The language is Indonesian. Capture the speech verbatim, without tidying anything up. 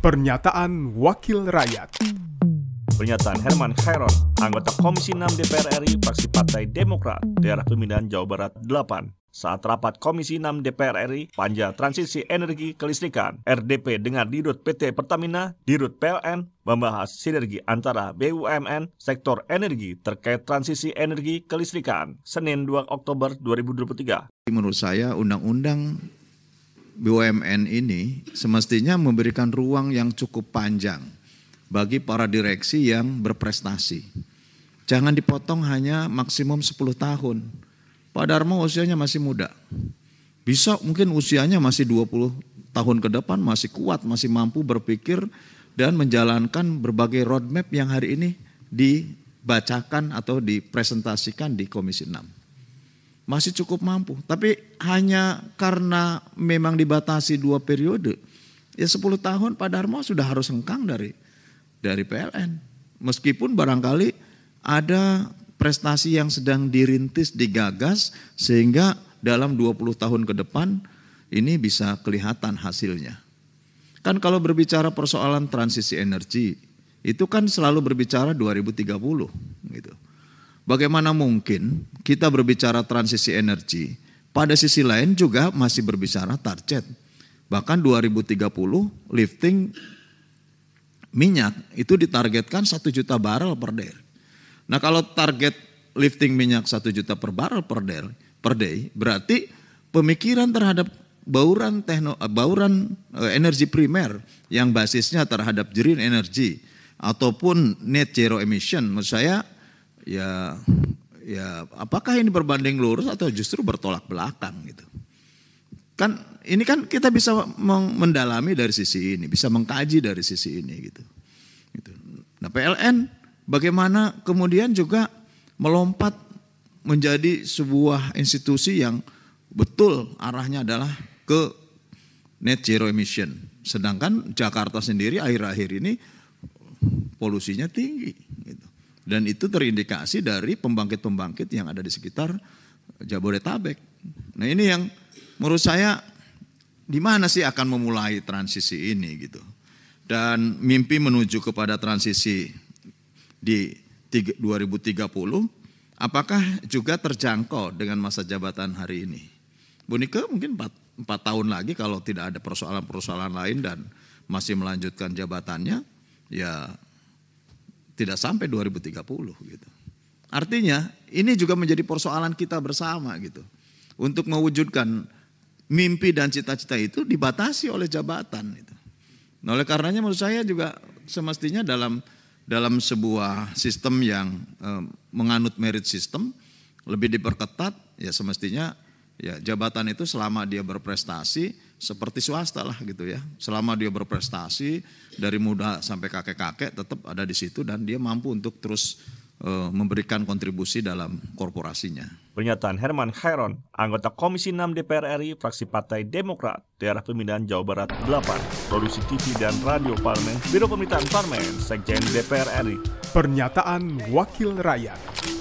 Pernyataan Wakil Rakyat. Pernyataan Herman Khairon, anggota Komisi enam D P R R I, fraksi Partai Demokrat, Daerah Pemilihan Jawa Barat delapan, saat rapat Komisi enam D P R R I, Panja Transisi Energi Kelistrikan, R D P dengan Dirut P T Pertamina, Dirut P L N, membahas sinergi antara B U M N, sektor energi terkait transisi energi kelistrikan, Senin dua Oktober dua ribu dua puluh tiga. Menurut saya undang-undang B U M N ini semestinya memberikan ruang yang cukup panjang bagi para direksi yang berprestasi. Jangan dipotong hanya maksimum sepuluh tahun. Pak Darmo usianya masih muda. Bisa mungkin usianya masih dua puluh tahun ke depan masih kuat, masih mampu berpikir dan menjalankan berbagai roadmap yang hari ini dibacakan atau dipresentasikan di Komisi enam. Masih cukup mampu, tapi hanya karena memang dibatasi dua periode, ya sepuluh tahun Pak Darmo sudah harus hengkang dari dari P L N. Meskipun barangkali ada prestasi yang sedang dirintis, digagas, sehingga dalam dua puluh tahun ke depan ini bisa kelihatan hasilnya. Kan kalau berbicara persoalan transisi energi, itu kan selalu berbicara dua ribu tiga puluh gitu. Bagaimana mungkin kita berbicara transisi energi, pada sisi lain juga masih berbicara target. Bahkan dua ribu tiga puluh lifting minyak itu ditargetkan satu juta barel per day. Nah kalau target lifting minyak satu juta per barel per day, per day berarti pemikiran terhadap bauran, tekno, bauran energi primer yang basisnya terhadap green energy ataupun net zero emission, menurut saya ya ya apakah ini berbanding lurus atau justru bertolak belakang gitu. Kan ini kan kita bisa mendalami dari sisi ini, bisa mengkaji dari sisi ini gitu. Gitu. Nah, P L N bagaimana kemudian juga melompat menjadi sebuah institusi yang betul arahnya adalah ke net zero emission. Sedangkan Jakarta sendiri akhir-akhir ini polusinya tinggi gitu. Dan itu terindikasi dari pembangkit-pembangkit yang ada di sekitar Jabodetabek. Nah ini yang menurut saya di mana sih akan memulai transisi ini gitu. Dan mimpi menuju kepada transisi di dua ribu tiga puluh apakah juga terjangkau dengan masa jabatan hari ini? Bu Nike mungkin empat tahun lagi kalau tidak ada persoalan-persoalan lain dan masih melanjutkan jabatannya ya tidak sampai dua ribu tiga puluh gitu. Artinya ini juga menjadi persoalan kita bersama gitu. Untuk mewujudkan mimpi dan cita-cita itu dibatasi oleh jabatan gitu. Nah, oleh karenanya menurut saya juga semestinya dalam dalam sebuah sistem yang eh, menganut merit system lebih diperketat ya semestinya ya jabatan itu selama dia berprestasi seperti swasta lah gitu ya. Selama dia berprestasi dari muda sampai kakek-kakek tetap ada di situ dan dia mampu untuk terus uh, memberikan kontribusi dalam korporasinya. Pernyataan Herman Khairon, anggota Komisi enam D P R R I, fraksi Partai Demokrat, Daerah Pemilihan Jawa Barat delapan, Produksi T V dan Radio Parlemen, Biro Pemerintahan Parlemen, Sekjen D P R R I. Pernyataan Wakil Rakyat.